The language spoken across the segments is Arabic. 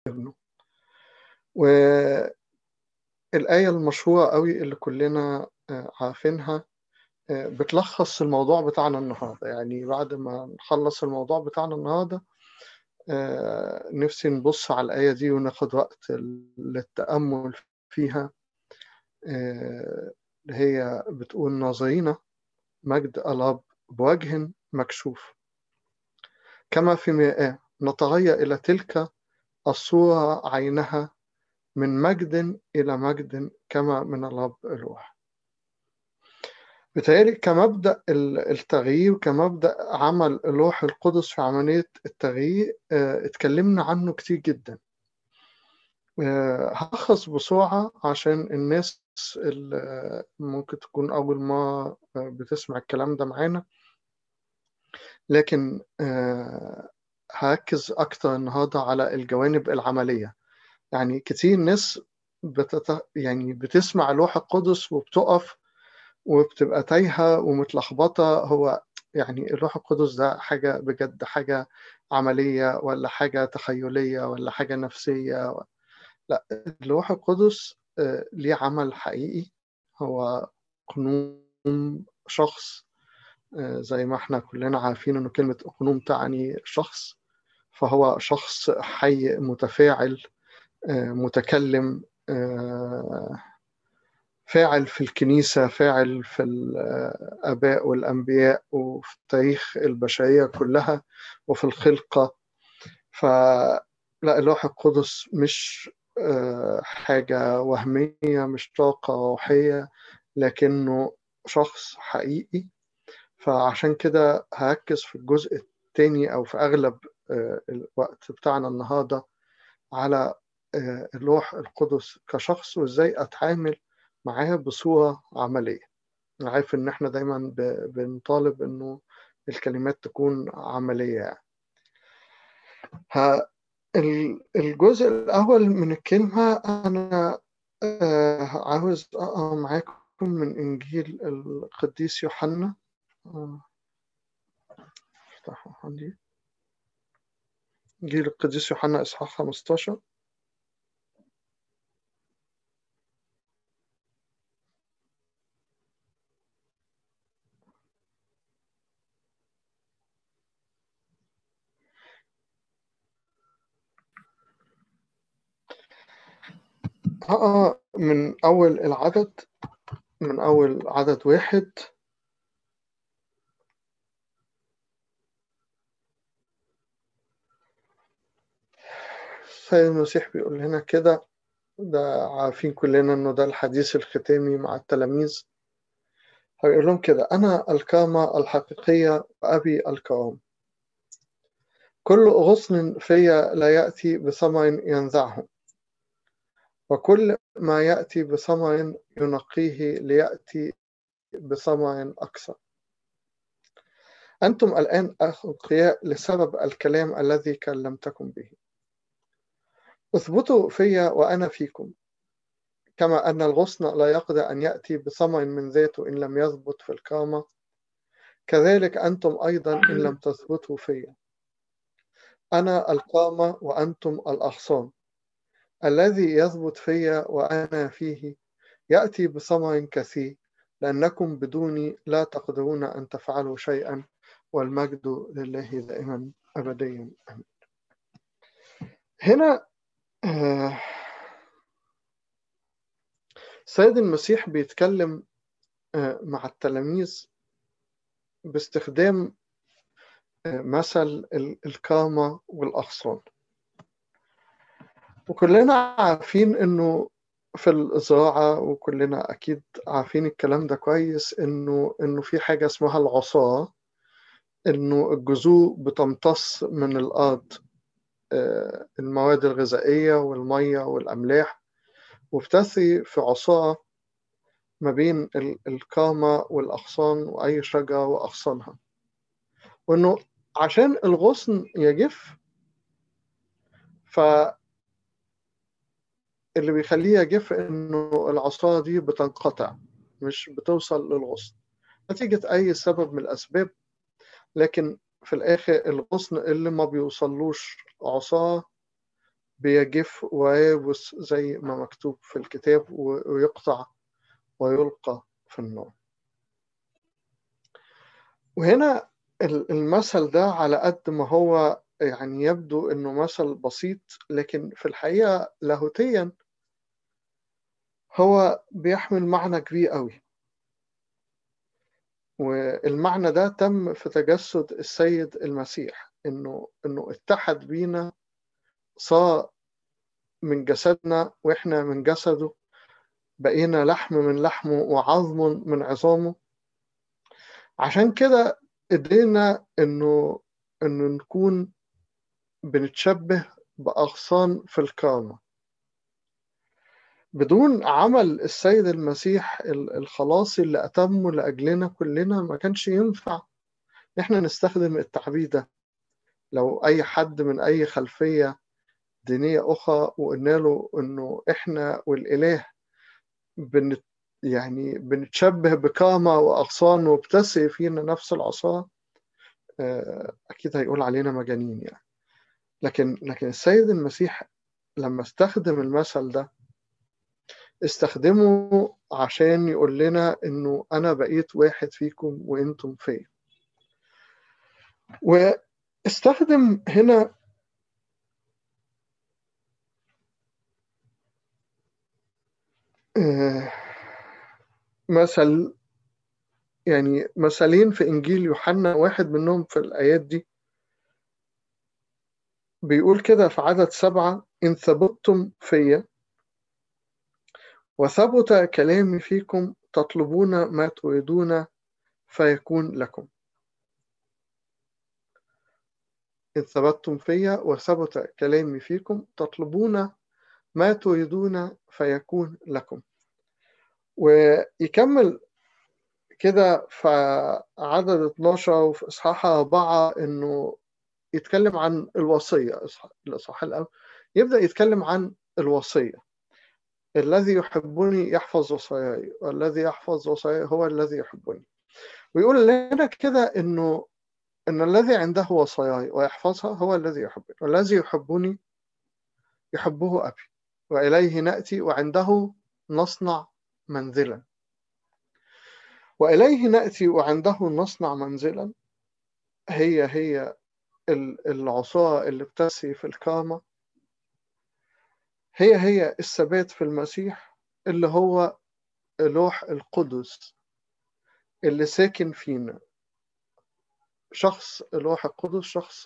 ابنه. والآية المشهورة قوي اللي كلنا عارفينها بتلخص الموضوع بتاعنا النهاردة. يعني بعد ما نخلص الموضوع بتاعنا النهاردة نفسي نبص على الآية دي وناخد وقت للتأمل فيها، اللي هي بتقول: ناظرين مجد الرب بوجه مكشوف كما في مرآة نتغير إلى تلك الصورة عينها من مجد إلى مجد كما من الرب الروح. بالتالي كمبدأ التغيير، كمبدأ عمل الروح القدس في عملية التغيير اتكلمنا عنه كتير جدا. هلخص بسرعة عشان الناس اللي ممكن تكون أول ما بتسمع الكلام ده معانا، لكن هركز أكتر النهاردة على الجوانب العملية. يعني كتير ناس يعني بتسمع الروح القدس وبتقف وبتبقى تايهة ومتلخبطة. هو يعني الروح القدس ده حاجة بجد، حاجة عملية ولا حاجة تخيلية ولا حاجة نفسية؟ لا، الروح القدس ليه عمل حقيقي. هو قنوم شخص، زي ما احنا كلنا عارفين انه كلمة قنوم تعني شخص. فهو شخص حي متفاعل متكلم، فاعل في الكنيسة، فاعل في الآباء والأنبياء وفي تاريخ البشرية كلها وفي الخلقة. فلا، الروح القدس مش حاجة وهمية، مش طاقة روحية، لكنه شخص حقيقي. فعشان كده هركز في الجزء الثاني أو في أغلب الوقت بتاعنا النهاردة على الروح القدس كشخص وإزاي أتعامل معاه بصورة عملية. أنا عارف إن إحنا دايما بنطالب إنه الكلمات تكون عملية. يعني الجزء الأول من الكلمة أنا عاوز أقرأ معاكم من إنجيل القديس يوحنا. افتحوا عندي إنجيل القديس يوحنا إصحاح 15. هقرأ من أول العدد، من أول عدد 1. السيد المسيح بيقول لنا كده، ده عارفين كلنا إنه ده الحديث الختامي مع التلاميذ. هيقول لهم كده: أنا الكرمة الحقيقية وأبي الكرام. كل غصن فيا لا يأتي بثمر ينزعه، وكل ما يأتي بثمر ينقيه ليأتي بثمر أكثر. أنتم الآن أنقياء لسبب الكلام الذي كلمتكم به. اثبتوا فيا وأنا فيكم، كما أن الغصن لا يقدر أن يأتي بثمر من ذاته إن لم يثبت في الكرمة، كذلك أنتم أيضا إن لم تثبتوا فيا. أنا الكرمة وأنتم الأغصان. الذي يثبت فيا وأنا فيه يأتي بثمر كثير، لأنكم بدوني لا تقدرون أن تفعلوا شيئا، والمجد لله دائما أبديا آمين. هنا السيد المسيح بيتكلم مع التلاميذ باستخدام مثل الكرمة والأغصان. وكلنا عارفين إنه في الزراعة، وكلنا أكيد عارفين الكلام ده كويس، إنه في حاجة اسمها العصارة، إنه الجذور بتمتص من الأرض المواد الغذائية والمية والأملاح، وبتثري في عصارة ما بين الكرمة والأغصان وأي شجرة وأغصانها. وإنه عشان الغصن يجف، فاللي بيخليه يجف إنه العصارة دي بتنقطع، مش بتوصل للغصن نتيجة أي سبب من الأسباب. لكن في الآخر الغصن اللي ما بيوصلوش عصارة بيجف ويبس زي ما مكتوب في الكتاب ويقطع ويلقى في النار. وهنا المثل ده على قد ما هو يعني يبدو انه مثل بسيط، لكن في الحقيقة لاهوتيا هو بيحمل معنى كبير قوي. والمعنى ده تم في تجسد السيد المسيح، انه اتحد بينا، صار من جسدنا واحنا من جسده، بقينا لحم من لحمه وعظم من عظامه. عشان كده قدرنا انه نكون بنتشبه بأغصان في الكرامة. بدون عمل السيد المسيح الخلاصي اللي أتمه لأجلنا كلنا ما كانش ينفع إحنا نستخدم التعبير ده. لو أي حد من أي خلفية دينية أخرى وقلنا له إنه إحنا والإله يعني بنتشبه بكرامة وأغصان وبتسري فينا نفس العصا، أكيد هيقول علينا مجانين يعني. لكن السيد المسيح لما استخدم المثل ده استخدمه عشان يقول لنا إنه أنا بقيت واحد فيكم وإنتم فيا. واستخدم هنا مثل، يعني مثلين في إنجيل يوحنا، واحد منهم في الآيات دي بيقول كده في عدد 7: إن ثبتتم فيا وثبت كلامي فيكم تطلبون ما تريدون فيكون لكم. إن ثبتتم فيا وثبت كلامي فيكم تطلبون ما تريدون فيكون لكم. ويكمل كده في عدد 12 وفي إصحاح 4 إنه يتكلم عن الوصية. الإصحاح الأول يبدأ يتكلم عن الوصية: الذي يحبني يحفظ وصاياي والذي يحفظ وصاياي هو الذي يحبني. ويقول لنا كده إنه الذي عنده وصاياي ويحفظها هو الذي يحبني، والذي يحبني يحبه أبي وإليه نأتي وعنده نصنع منزلا. وإليه نأتي وعنده نصنع منزلا هي العصاة اللي بتسري في الكرامة، هي الثبات في المسيح اللي هو روح القدس اللي ساكن فينا. شخص الروح القدس، شخص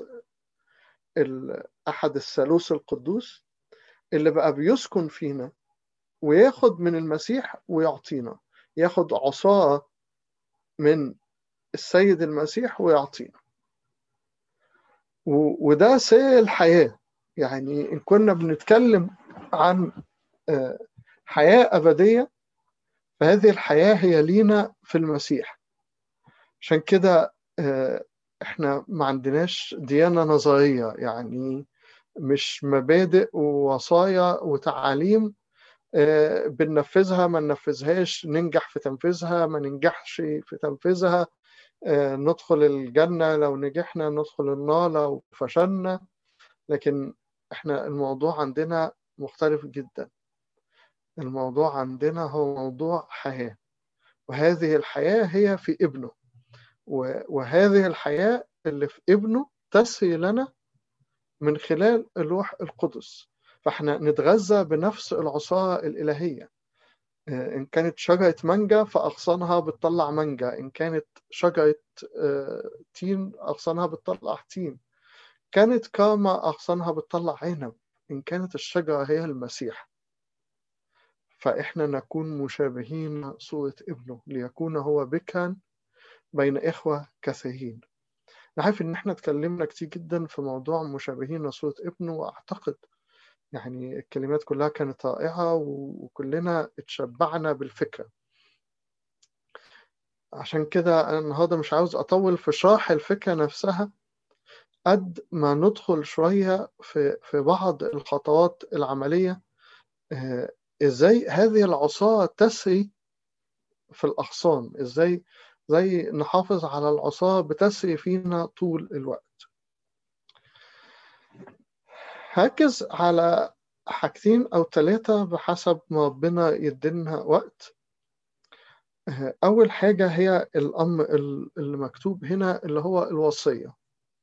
أحد الثالوث القدوس اللي بقى بيسكن فينا وياخد من المسيح ويعطينا، ياخد عصاه من السيد المسيح ويعطينا. وده سير الحياة. يعني إن كنا بنتكلم عن حياة أبدية، فهذه الحياة هي لينا في المسيح. عشان كده إحنا ما عندناش ديانة نظرية، يعني مش مبادئ ووصايا وتعاليم بننفذها ما ننفذهاش، ننجح في تنفيذها ما ننجحش في تنفيذها، ندخل الجنة لو نجحنا، ندخل النار لو فشلنا. لكن احنا الموضوع عندنا مختلف جدا. الموضوع عندنا هو موضوع حياة، وهذه الحياة هي في ابنه، وهذه الحياة اللي في ابنه تسري لنا من خلال الروح القدس. فاحنا نتغذى بنفس العصارة الإلهية. إن كانت شجرة مانجا فأغصانها بتطلع مانجا، إن كانت شجرة تين أغصانها بتطلع تين، كانت كارما أغصانها بتطلع عنب. إن كانت الشجرة هي المسيح فإحنا نكون مشابهين صورة ابنه ليكون هو بكرا بين إخوة كثيرين. أنا عارف إن إحنا اتكلمنا كتير جدا في موضوع مشابهين صورة ابنه، وأعتقد يعني الكلمات كلها كانت رائعة وكلنا اتشبعنا بالفكرة. عشان كده أنا النهاردة مش عاوز أطول في شرح الفكرة نفسها قد ما ندخل شوية في بعض الخطوات العملية، إزاي هذه العصا تسري في الأغصان، إزاي نحافظ على العصا بتسري فينا طول الوقت. هركز على حاجتين أو ثلاثة بحسب ما ربنا يدينا وقت. أول حاجة هي الأمر اللي مكتوب هنا اللي هو الوصية.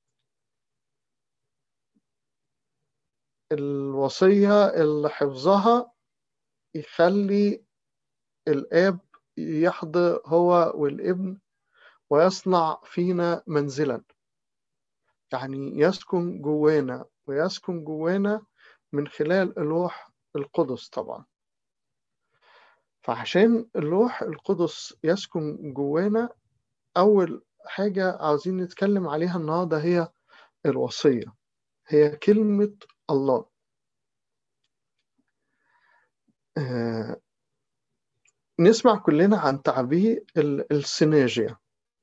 الوصية اللي حفظها يخلي الآب يحضر هو والابن ويصنع فينا منزلا، يعني يسكن جوانا ويسكن جوانا من خلال الروح القدس طبعا. فعشان الروح القدس يسكن جوانا، أول حاجة عاوزين نتكلم عليها النهاردة هي الوصية، هي كلمة الله. نسمع كلنا عن تعبير السينرجيا،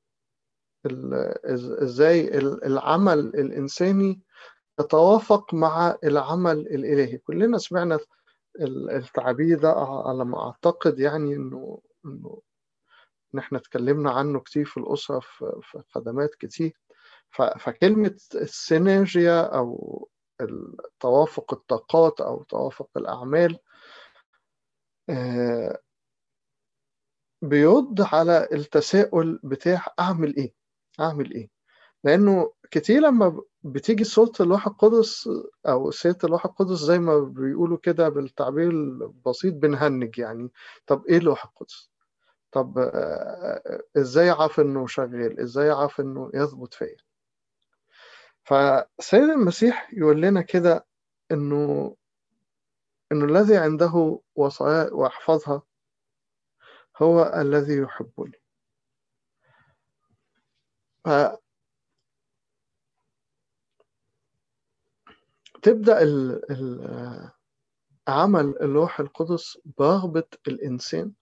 ازاي العمل الإنساني يتوافق مع العمل الإلهي. كلنا سمعنا التعبير ده على ما أعتقد، يعني إنه إن إحنا اتكلمنا عنه كتير في الأسرة في خدمات كتير. فكلمة السينرجيا أو توافق الطاقات أو توافق الأعمال بيرد على التساؤل بتاع أعمل إيه؟ أعمل إيه؟ لأنه كتير لما بتيجي صورة الروح القدس أو سيرة الروح القدس زي ما بيقولوا كده بالتعبير البسيط بنهنج، يعني طب إيه الروح القدس؟ طب إزاي أعرف إنه شغال؟ إزاي أعرف إنه يثبت فيا؟ فسيد المسيح يقول لنا كده إنه الذي عنده وصايا ويحفظها هو الذي يحبني. فتبدأ عمل الروح القدس برغبة الإنسان،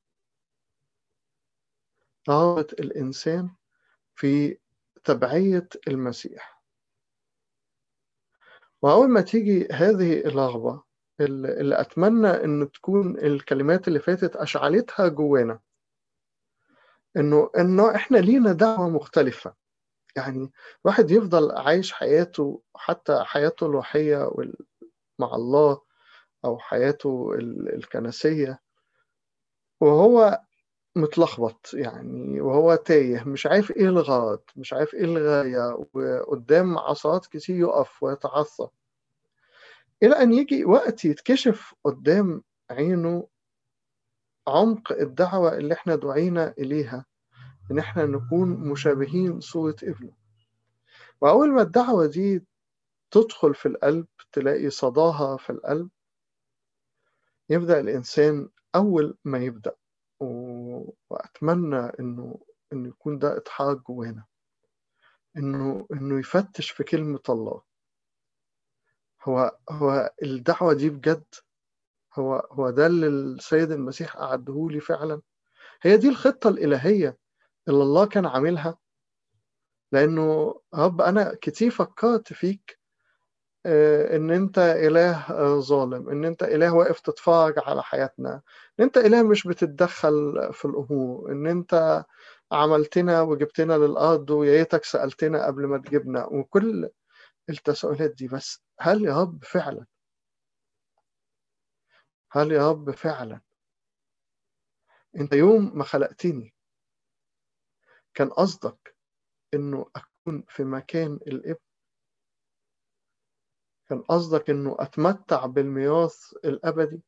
رغبة الإنسان في تبعية المسيح. وأول ما تيجي هذه الرغبة اللي أتمنى أن تكون الكلمات اللي فاتت أشعلتها جوانا، إنه إحنا لينا دعوة مختلفة. يعني واحد يفضل عايش حياته، حتى حياته الروحية مع الله أو حياته الكنسية، وهو متلخبط، يعني وهو تايه، مش عارف إيه الغرض، مش عارف إيه الغاية، وقدام عصات كتير يقف ويتعثر، إلى أن يجي وقت يتكشف قدام عينه عمق الدعوة اللي إحنا دعينا إليها، إن إحنا نكون مشابهين صورة ابنه. وأول ما الدعوة دي تدخل في القلب، تلاقي صداها في القلب، يبدأ الإنسان أول ما يبدأ، وأتمنى إنه يكون ده إتحاد جوانا، إنه يفتش في كلمة الله. هو الدعوة دي بجد، هو ده اللي السيد المسيح أعده لي فعلا، هي دي الخطة الإلهية اللي الله كان عاملها. لأنه رب أنا كتير فكرت فيك إن أنت إله ظالم، إن أنت إله واقف تتفرج على حياتنا، إن أنت إله مش بتتدخل في الأمور، إن أنت عملتنا وجبتنا للأرض ويا ريتك سألتنا قبل ما تجيبنا، وكل التساؤلات دي. بس هل يا رب فعلا، هل يا رب فعلا أنت يوم ما خلقتني كان قصدك إنه أكون في مكان الابن؟ كان قصدك إنه أتمتع بالميراث الأبدي،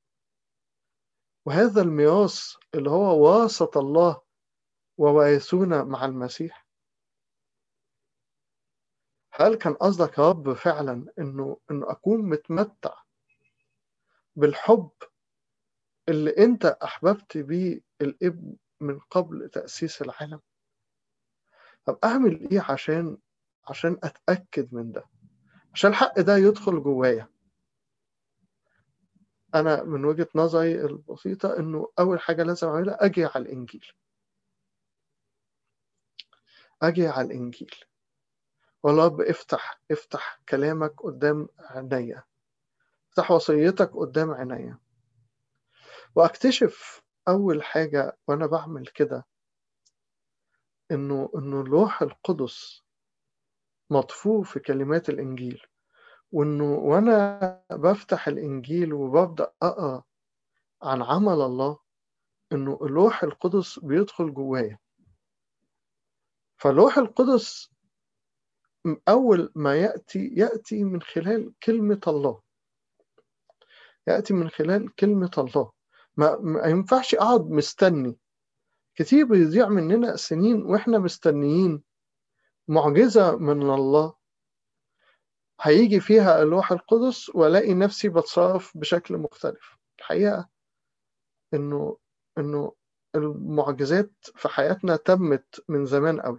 وهذا الميراث اللي هو واسط الله ووارثونا مع المسيح؟ هل كان قصدك يا رب فعلا إنه أكون متمتع بالحب اللي أنت أحببت بيه الابن من قبل تأسيس العالم؟ طب أعمل إيه عشان أتأكد من ده، عشان الحق ده يدخل جوايا؟ أنا من وجهة نظري البسيطة إنه أول حاجة لازم أعملها أجي على الإنجيل، أجي على الإنجيل. والله رب افتح كلامك قدام عينيا، افتح وصيتك قدام عينيا، واكتشف أول حاجة وأنا بعمل كده إنه الروح القدس مطفو في كلمات الإنجيل، وأنا بفتح الإنجيل وببدأ أقرأ عن عمل الله، إنه اللوح القدس بيدخل جوايا. فاللوح القدس أول ما يأتي من خلال كلمة الله، يأتي من خلال كلمة الله. ما ينفعش أقعد مستني. كتير بيضيع مننا سنين وإحنا مستنيين معجزة من الله هيجي فيها اللوح القدس، وألاقي نفسي بتصرف بشكل مختلف. الحقيقة إنه المعجزات في حياتنا تمت من زمان قوي،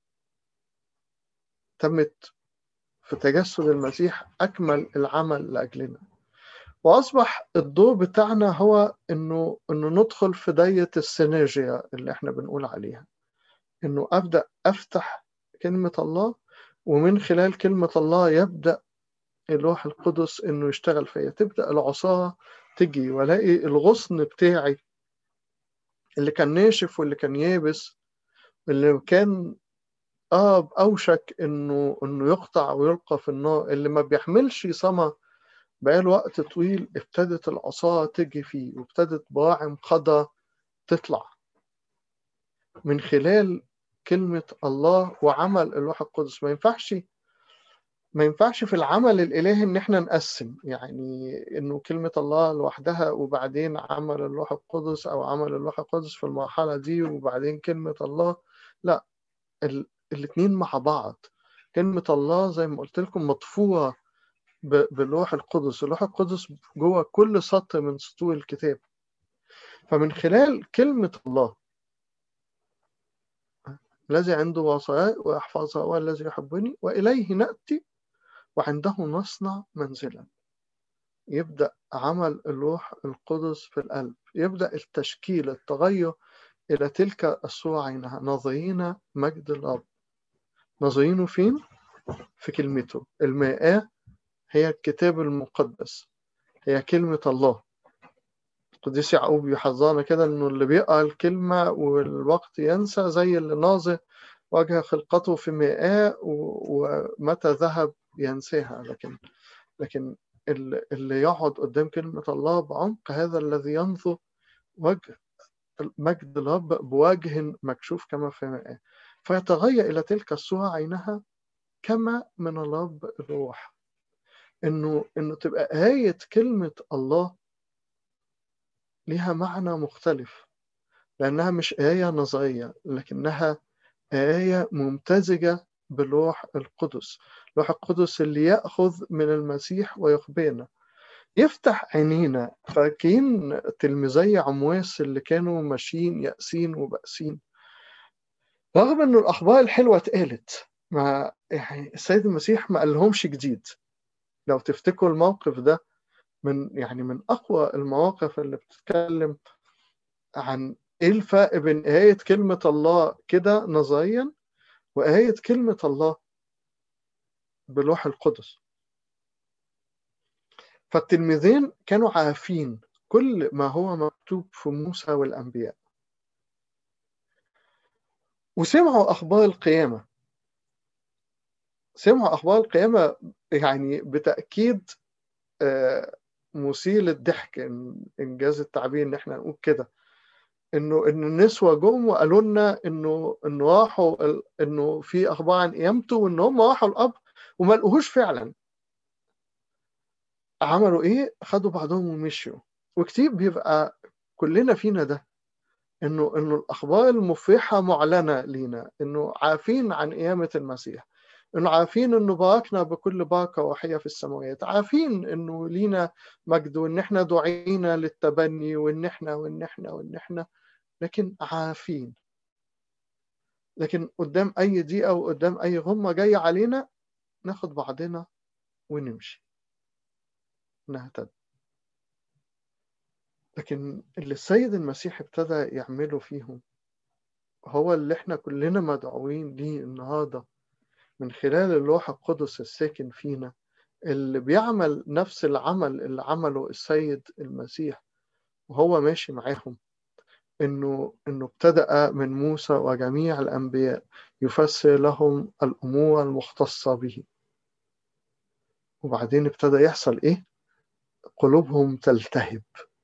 تمت في تجسد المسيح أكمل العمل لأجلنا. وأصبح الدور بتاعنا هو إنه ندخل في داية السينرجيا اللي إحنا بنقول عليها، إنه أبدأ أفتح كلمة الله، ومن خلال كلمة الله يبدأ اللوح القدس إنه يشتغل فيا. تبدأ العصارة تجي، ولاقي الغصن بتاعي اللي كان ناشف واللي كان يابس، اللي كان أوشك إنه يقطع ويلقى في النار، اللي ما بيحملش ثمر بقاله وقت طويل، ابتدت العصارة تجي فيه، وابتدت براعم خضرا تطلع من خلال كلمة الله وعمل اللوح القدس. ما ينفعش في العمل الإلهي إن إحنا نقسم، يعني إنه كلمة الله لوحدها وبعدين عمل اللوح القدس، أو عمل اللوح القدس في المرحلة دي وبعدين كلمة الله. لا، الاتنين مع بعض. كلمة الله زي ما قلت لكم مطفوة بالروح القدس. اللوح القدس جوه كل سطر من سطور الكتاب. فمن خلال كلمة الله، الذي عنده وصايا ويحفظها هو الذي يحبني وإليه نأتي وعنده نصنع منزلا. يبدأ عمل اللوح القدس في القلب، يبدأ التشكيل، التغير إلى تلك الصورة عينها، ناظرين مجد الرب. ناظرينه فين؟ في كلمته. المرآة هي الكتاب المقدس، هي كلمة الله. القديس يعقوب يحذرنا كده إنه اللي بيقرأ الكلمة والوقت ينسى، زي اللي ناظر وجه خلقته في مرآة ومتى ذهب ينساها. لكن اللي يقعد قدام كلمة الله بعمق، هذا الذي ينظر وجه مجد الرب بوجه مكشوف كما في مرآة، فيتغير إلى تلك الصورة عينها كما من الرب الروح. إنه تبقى آية كلمة الله لها معنى مختلف، لأنها مش آية نظرية، لكنها آية ممتزجة بالروح القدس. الروح القدس اللي يأخذ من المسيح ويخبرنا، يفتح عينينا. فاكرين تلميذي عمواس اللي كانوا ماشيين يأسين وبأسين، رغم أن الأخبار الحلوة اتقالت، ما يعني السيد المسيح ما قالهمش جديد. لو تفتكروا الموقف ده من أقوى المواقف اللي بتتكلم عن إيه الفرق بين آية كلمة الله كده نظريا وآية كلمة الله بلوح القدس. فالتلميذين كانوا عارفين كل ما هو مكتوب في موسى والأنبياء، وسمعوا أخبار القيامة. سمعوا أخبار القيامة يعني بتأكيد مثير للضحك، إنجاز التعبير إن إحنا نقول كده، إن النسوة جم وقالوا لنا إنه راحوا إنه في أخبار عن قيامته، وإن هم راحوا القبر وما لقوهوش فعلا. عملوا إيه؟ خدوا بعضهم ومشيوا. وكتير بيبقى كلنا فينا ده، إنه الأخبار المفرحة معلنة لينا، إنه عارفين عن قيامة المسيح، إنه عارفين إنه باركنا بكل بركة روحية في السماوات، عارفين إنه لينا مجد، وإن إحنا دعينا للتبني، وإن إحنا. لكن عارفين، لكن قدام أي ضيقة وقدام أي غمة جاية علينا ناخد بعضنا ونمشي نهتد. لكن اللي السيد المسيح ابتدى يعمله فيهم هو اللي احنا كلنا مدعوين ليه النهاردة من خلال اللوح القدس الساكن فينا، اللي بيعمل نفس العمل اللي عمله السيد المسيح وهو ماشي معاهم. إنه ابتدأ من موسى وجميع الأنبياء يفسر لهم الأمور المختصة به. وبعدين ابتدى يحصل إيه؟ قلوبهم تلتهب،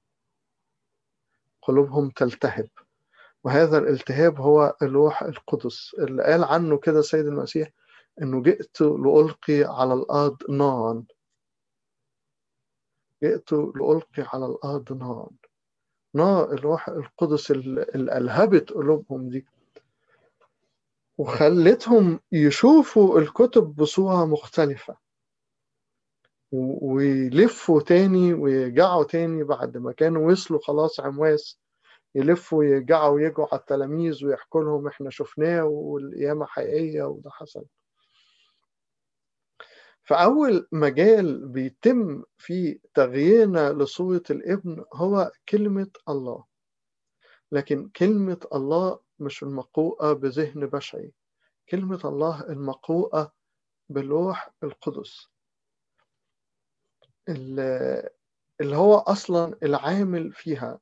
قلوبهم تلتهب. وهذا الالتهاب هو الروح القدس اللي قال عنه كده السيد المسيح إنه جئت لألقي على الأرض نارا، جئت لألقي على الأرض نارا. نار الروح القدس اللي ألهبت قلوبهم دي وخلتهم يشوفوا الكتب بصورة مختلفة، ويلفوا تاني ويرجعوا تاني بعد ما كانوا وصلوا خلاص عمواس، يلفوا ويرجعوا ويجوا على التلاميذ ويحكوا لهم احنا شفناه والقيامة حقيقية وده حصل. فأول مجال بيتم في تغييرنا لصورة الابن هو كلمة الله، لكن كلمة الله مش المقروءة بذهن بشري، كلمة الله المقروءة بالروح القدس اللي هو أصلا العامل فيها.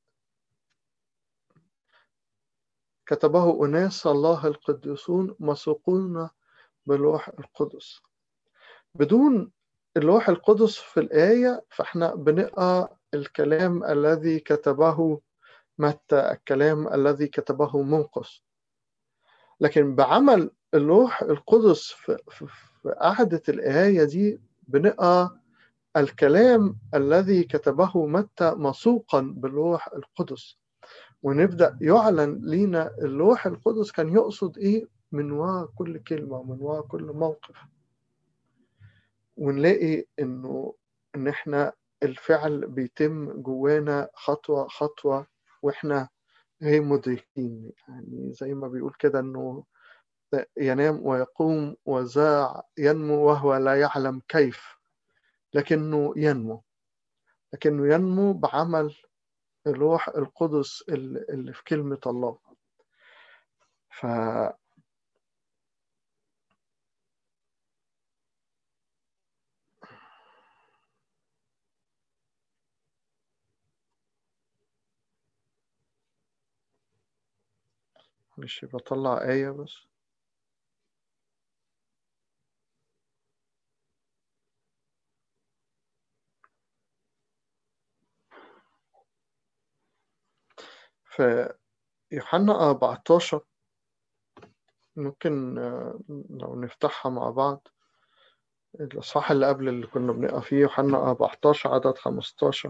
كتبه أناس الله القديسون مسوقون بالروح القدس. بدون الروح القدس في الآية فإحنا بنقرأ الكلام الذي كتبه متى، الكلام الذي كتبه مرقس. لكن بعمل الروح القدس في قعدة الآية دي بنقرأ الكلام الذي كتبه متى مسوقا بالروح القدس، ونبدأ يعلن لينا الروح القدس كان يقصد إيه من وراء كل كلمة ومن وراء كل موقف. ونلاقي إن إحنا الفعل بيتم جوانا خطوة خطوة وإحنا غير مدركين. يعني زي ما بيقول كده إنه ينام ويقوم وذا ينمو وهو لا يعلم كيف، لكنه ينمو بعمل الروح القدس اللي في كلمة الله. ف مش بطلع آية بس. في يوحنا 14 ممكن لو نفتحها مع بعض، الإصحاح اللي قبل اللي كنا بنقرا فيه، يوحنا 14 عدد 15.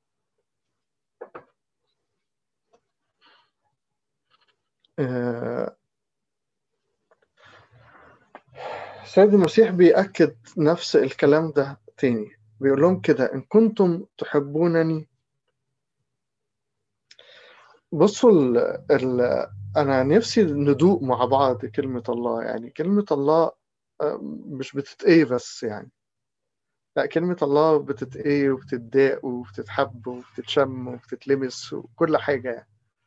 السيد المسيح بيأكد نفس الكلام ده تاني، بيقول لهم كده إن كنتم تحبونني. بصوا أنا نفسي ندوق مع بعض كلمة الله. يعني كلمة الله مش بتتقي بس يعني، لا، كلمة الله بتتقي وبتتداق وبتتحب وبتتشم وبتتلمس وكل حاجة يعني.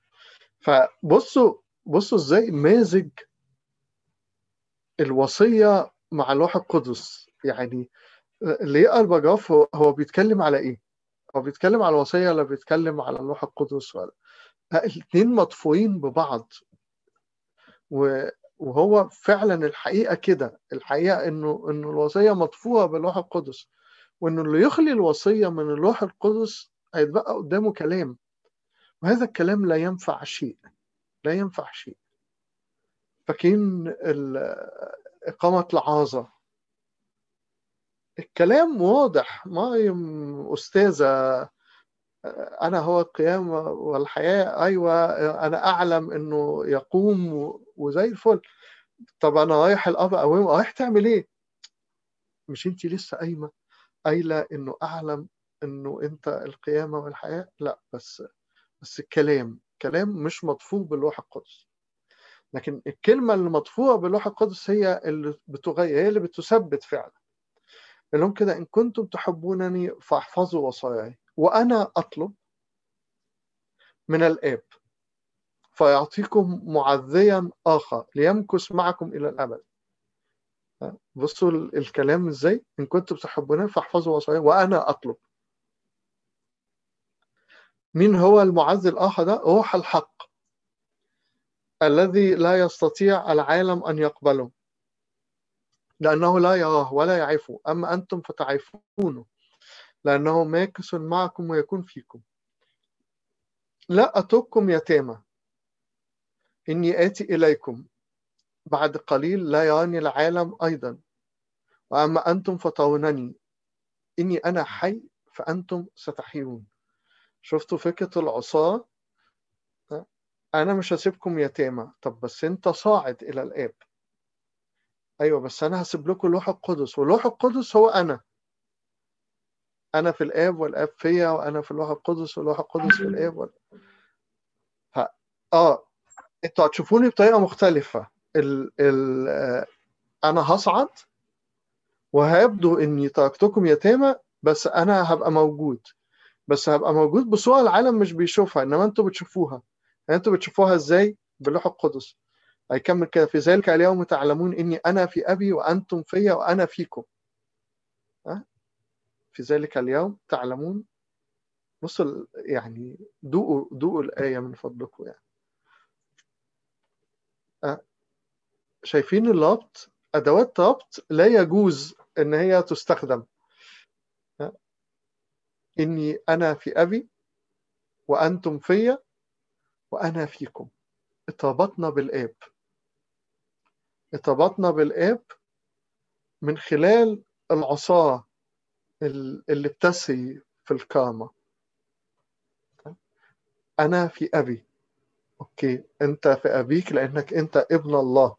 فبصوا ازاي مازج الوصية مع الروح القدس. يعني اللي يقرا البراجراف هو بيتكلم على ايه؟ هو بيتكلم على الوصية ولا بيتكلم على الروح القدس؟ ولا الاثنين مطفوين ببعض. وهو فعلا الحقيقة كده، الحقيقة انه الوصية مطفوة بالروح القدس، وانه اللي يخلي الوصية من الروح القدس هيتبقى قدامه كلام، وهذا الكلام لا ينفع شيء، لا ينفع شيء. فاكرين إقامة العازة، الكلام واضح. مريم أستاذة، أنا هو القيامة والحياة، أيوة أنا أعلم إنه يقوم وزي الفل. طب أنا رايح الأب أقوم، رايح تعمل إيه؟ مش أنت لسه قايمة قايلة إنه أعلم إنه أنت القيامة والحياة؟ لا، بس كلام مش مطفوع بالروح القدس. لكن الكلمة اللي مطفوعة بالروح القدس هي اللي بتغير، هي اللي بتثبت فعلا. لهم كده إن كنتم تحبونني فاحفظوا وصاياي، وأنا أطلب من الآب فيعطيكم معزيا آخر ليمكث معكم إلى الأبد. بصوا الكلام إزاي، إن كنتم تحبونني فاحفظوا وصاياي وأنا أطلب. مين هو المعزي الآخر ده؟ روح الحق الذي لا يستطيع العالم أن يقبله. لأنه لا يراه ولا يعرفه، أما أنتم فتعرفونه لأنه ماكث معكم ويكون فيكم. لا أترككم يتامى، إني آتي إليكم. بعد قليل لا يراني العالم أيضا، وأما أنتم فترونني، إني أنا حي فأنتم ستحيون. شفتوا فكرة العصاة؟ أنا مش هسيبكم يتامى. طب بس أنت صاعد إلى الآب. أيوة، بس أنا هسيب لكم اللوح القدس، واللوح القدس هو أنا في الآب والآب فيا، وأنا في اللوح القدس واللوح القدس في الآب ف... أنتوا هتشوفوني بطريقة مختلفة. أنا هصعد وهيبدو إني تركتكم يتامى، بس أنا هبقى موجود. بس هبقى موجود بصورة العالم مش بيشوفها، إنما أنتوا بتشوفوها. يعني أنتوا بتشوفوها إزاي؟ بالروح القدس. هيكمل كده: في ذلك اليوم تعلمون إني أنا في أبي وأنتم فيا وأنا فيكم. في ذلك اليوم تعلمون. بصوا يعني دوقوا الآية من فضلكم يعني. شايفين الربط؟ أدوات ربط لا يجوز إن هي تستخدم. إني أنا في أبي وأنتم فيا وأنا فيكم. ارتبطنا بالآب. ارتبطنا بالآب من خلال العصا اللي بتسري في الكرامة. أنا في أبي. أوكي، أنت في أبيك لأنك أنت ابن الله.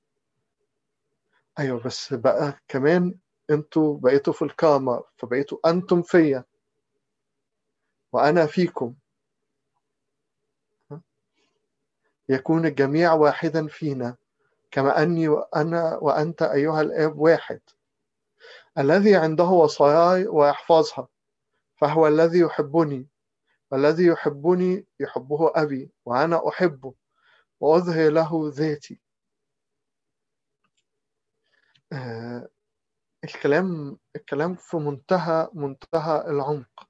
أيوة، بس بقى كمان أنتوا بقيتوا في الكرامة، فبقيتوا أنتم فيا وأنا فيكم. يكون الجميع واحدا فينا، كما أني وأنا وأنت أيها الآب واحد. الذي عنده وصاياي ويحفظها فهو الذي يحبني، والذي يحبني يحبه أبي، وأنا أحبه وأظهر له ذاتي. آه الكلام في منتهى العمق.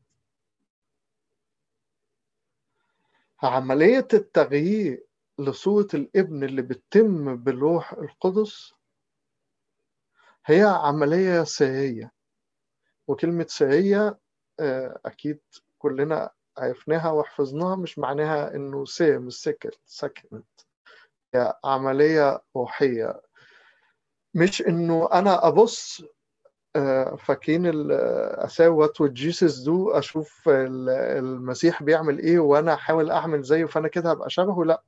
عملية التغيير لصورة الابن اللي بتتم بالروح القدس هي عملية سرية. وكلمة سرية أكيد كلنا عرفناها وحفظناها، مش معناها إنه سير، مش سكن. هي عملية روحية. مش إنه أنا أبص فاكرين أساوي وات وود جيسس دو، أشوف المسيح بيعمل إيه وأنا أحاول أعمل زيه فأنا كده هبقى شبهه. لأ،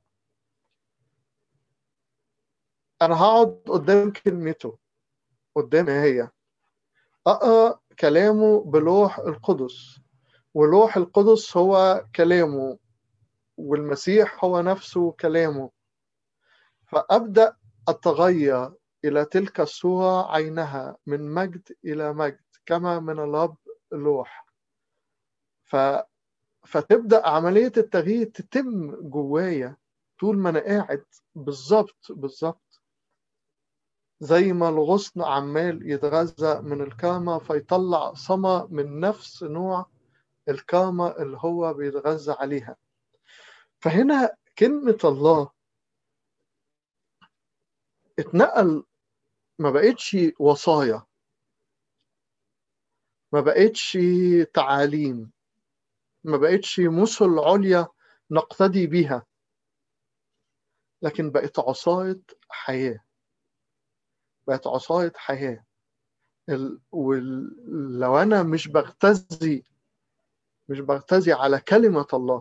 أنا هقعد قدام كلمته، قدام هي أقرأ كلامه بلوح القدس، ولوح القدس هو كلامه، والمسيح هو نفسه كلامه. فأبدأ أتغير إلى تلك الصورة عينها، من مجد إلى مجد كما من الرب لوح. فتبدأ عملية التغيير تتم جوايا طول ما أنا قاعد. بالظبط زي ما الغصن عمال يتغذى من الكرمة فيطلع ثمر من نفس نوع الكرمة اللي هو بيتغذى عليها. فهنا كلمة الله اتنقل، ما بقتش وصايا، ما بقتش تعاليم، ما بقتش مثل عليا نقتدي بها، لكن بقت عصاية حياة. بقت عصاية حياة. ولو أنا مش بغتزي على كلمة الله،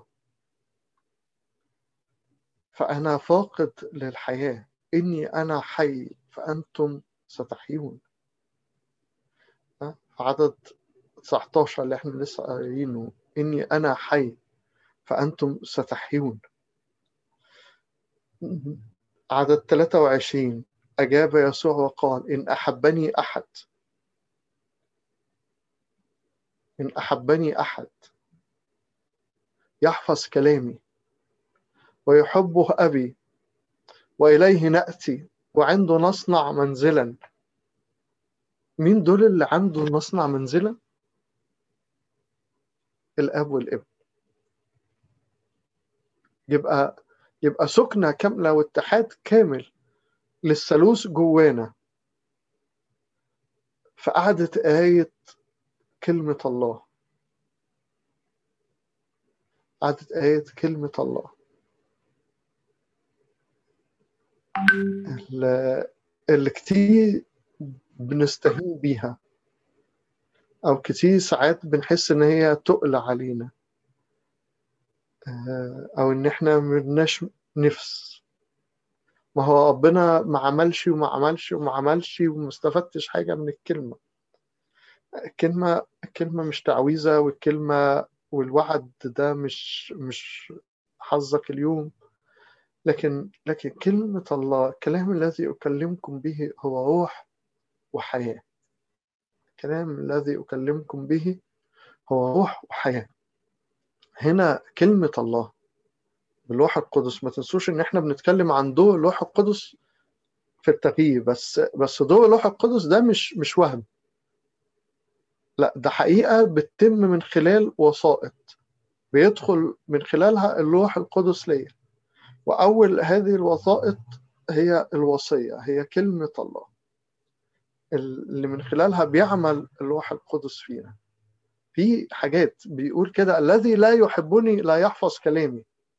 فأنا فاقد للحياة. إني أنا حي فأنتم ستحيون. في عدد 19 اللي احنا لسه قاريينه: إني أنا حي فأنتم ستحيون. عدد 23: أجاب يسوع وقال: إن أحبني أحد يحفظ كلامي ويحبه أبي، وإليه نأتي وعنده نصنع منزلا. مين دول اللي عنده نصنع منزلا؟ الأب والابن. يبقى سكنة كاملة واتحاد كامل للثالوث جوانا. فقعدت آية كلمة الله، قعدت آية كلمة الله اللي كتير بنستهين بيها، أو كتير ساعات بنحس إن هي تقل علينا، أو إن إحنا ملناش نفس. ما هو ربنا ما عملش وما عملش وما عملش وما استفدتش حاجة من الكلمة. الكلمة مش تعويذة، والكلمة والوعد ده مش حظك اليوم، لكن كلمة الله، الكلام الذي أكلمكم به هو روح وحياة. الكلام الذي أكلمكم به هو روح وحياة. هنا كلمة الله بالروح القدس، ما تنسوش إن إحنا بنتكلم عن ضوء الروح القدس في التغيير، بس ضوء الروح القدس ده مش وهم، لا، ده حقيقة بتتم من خلال وسائط بيدخل من خلالها الروح القدس ليا. وأول هذه الوسائط هي الوصية، هي كلمة الله اللي من خلالها بيعمل الروح القدس فينا. في حاجات بيقول كده: الذي لا يحبني لا يحفظ كلامي.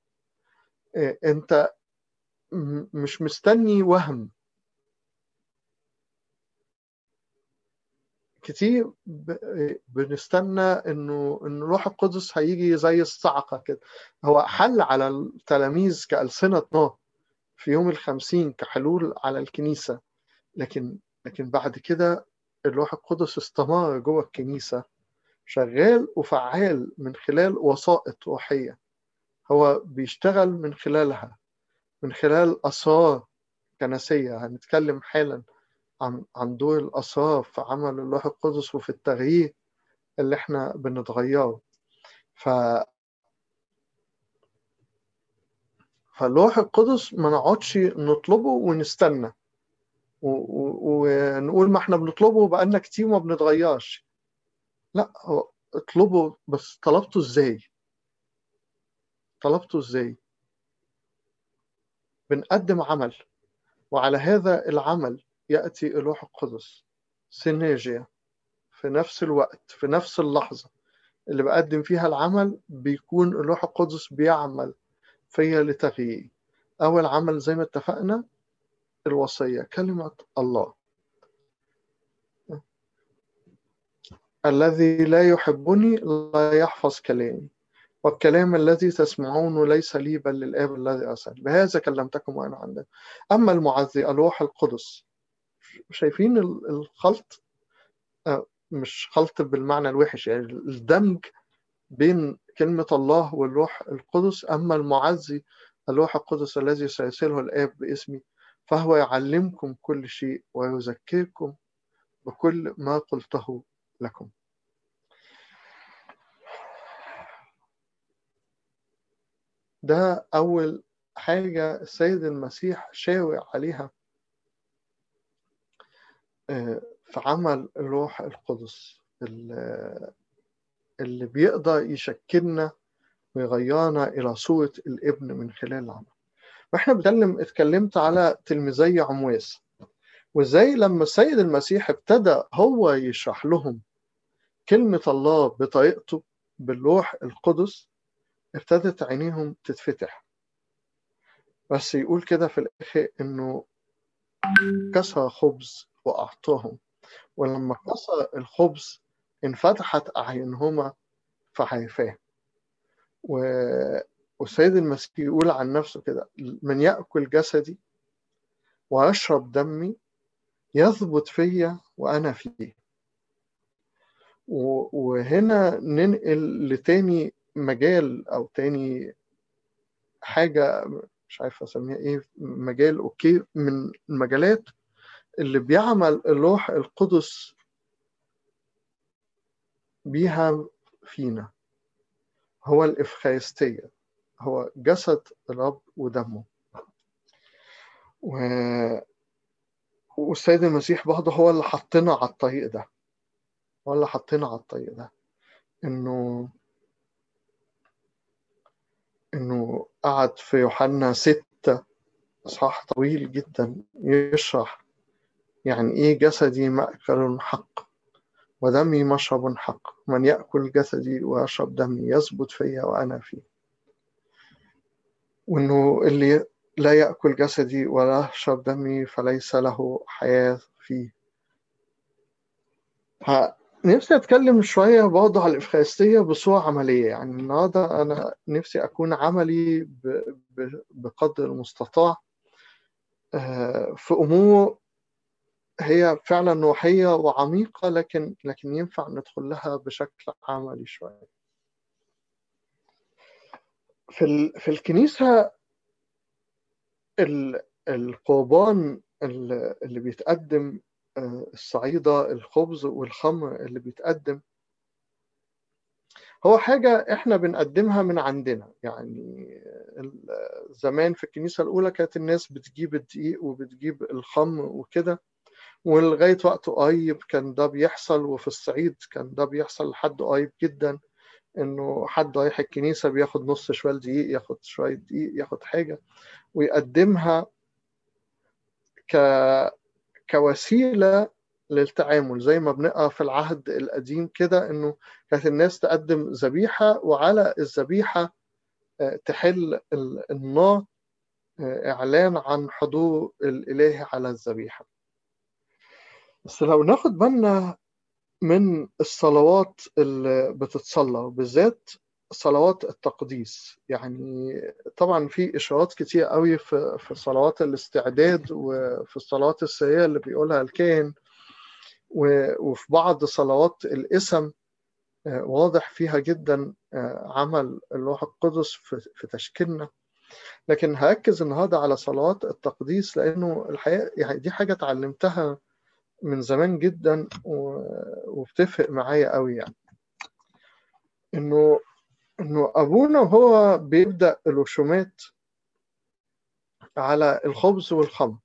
انت مش مستني وهم. كتير بنستنى انه الروح القدس هيجي زي الصعقة كده. هو حل على التلاميذ كألسنة نار في يوم ال50 كحلول على الكنيسة، لكن بعد كده الروح القدس استمر جوه الكنيسة شغال وفعال من خلال وسائط روحية هو بيشتغل من خلالها، من خلال أسرار كنسية. هنتكلم حالا عن دور الأسرار في عمل الروح القدس وفي التغيير اللي احنا بنتغيره. فالروح القدس ما نقعدش نطلبه ونستنى ونقول ما احنا بنطلبه بقالنا كتير وما بنتغيرش. لا، هو اطلبه، بس طلبته ازاي؟ طلبته ازاي؟ بنقدم عمل، وعلى هذا العمل يأتي الروح القدس سينرجيا. في نفس الوقت، في نفس اللحظة اللي بقدم فيها العمل، بيكون الروح القدس بيعمل فيا لتغيير. أول عمل زي ما اتفقنا الوصية، كلمة الله: الذي لا يحبني لا يحفظ كلامي، والكلام الذي تسمعونه ليس لي بل للآب الذي أرسل، بهذا كلمتكم وأنا عندكم. أما المعزي الروح القدس، شايفين الخلط؟ مش خلط بالمعنى الوحش، يعني الدمج بين كلمة الله والروح القدس. أما المعزي الروح القدس الذي سيرسله الآب باسمي، فهو يعلمكم كل شيء ويذكركم بكل ما قلته لكم. ده أول حاجة السيد المسيح شاور عليها في عمل الروح القدس اللي بيقدر يشكلنا ويغيرنا إلى صورة الابن من خلال العمل. واحنا اتكلمت على تلميذي عمواس، وازاي لما السيد المسيح ابتدى هو يشرح لهم كلمة الله بطريقته بالروح القدس، ابتدت عينيهم تتفتح. بس يقول كده في الآخر إنه كسر خبز وأعطاهم، ولما كسر الخبز انفتحت أعينهما فعرفاه. والسيد المسيح يقول عن نفسه كده: من يأكل جسدي ويشرب دمي يثبت فيا وأنا فيه. وهنا ننقل لتاني مجال أو تاني حاجة، مش عارف أسميها إيه، مجال أوكي من المجالات اللي بيعمل الروح القدس بيها فينا، هو الإفخارستية، هو جسد الرب ودمه. والسيد المسيح برضه هو اللي حطنا على الطريق ده، هو اللي حطنا على الطريق ده. إنه قعد في يوحنا 6 إصحاح طويل جدا يشرح يعني إيه جسدي مأكل حق، ودمي مشرب حق، من يأكل جسدي ويشرب دمي يثبت فيا وأنا فيه. وإنه اللي لا يأكل جسدي ولا يشرب دمي فليس له حياة فيه. نفسي أتكلم شوية برضه على الإفخارستية بصورة عملية. يعني النهاردة أنا نفسي أكون عملي بقدر المستطاع في أمور هي فعلا روحية وعميقة، لكن ينفع ندخل لها بشكل عملي شوية. في الكنيسة القربان اللي بيتقدم، الصعيدة، الخبز والخمر اللي بيتقدم، هو حاجة إحنا بنقدمها من عندنا. يعني زمان في الكنيسة الأولى كانت الناس بتجيب الدقيق وبتجيب الخمر وكده، ولغاية وقت قريب كان ده بيحصل. وفي الصعيد كان ده بيحصل لحد قريب جدا، إنه حد رايح الكنيسة بياخد نص شوية دقيق، ياخد شوية دقيق، ياخد حاجة ويقدمها ك... كوسيلة للتعامل، زي ما بنقرأ في العهد القديم كده، إنه كانت الناس تقدم ذبيحة وعلى الذبيحة تحل النار، إعلان عن حضور الإله على الذبيحة. بس لو ناخد بالنا من الصلوات اللي بتتصلى، بالذات صلوات التقديس، يعني طبعا في إشارات كتير قوي في صلوات الاستعداد وفي الصلوات السرية اللي بيقولها الكاهن، وفي بعض صلوات القسم واضح فيها جدا عمل الروح القدس في تشكيلنا. لكن هركز النهارده على صلوات التقديس، لأنه الحقيقة يعني دي حاجة اتعلمتها من زمان جدا وبتفرق معايا قوي. يعني إنه أبونا وهو بيبدأ الرسومات على الخبز والخمر،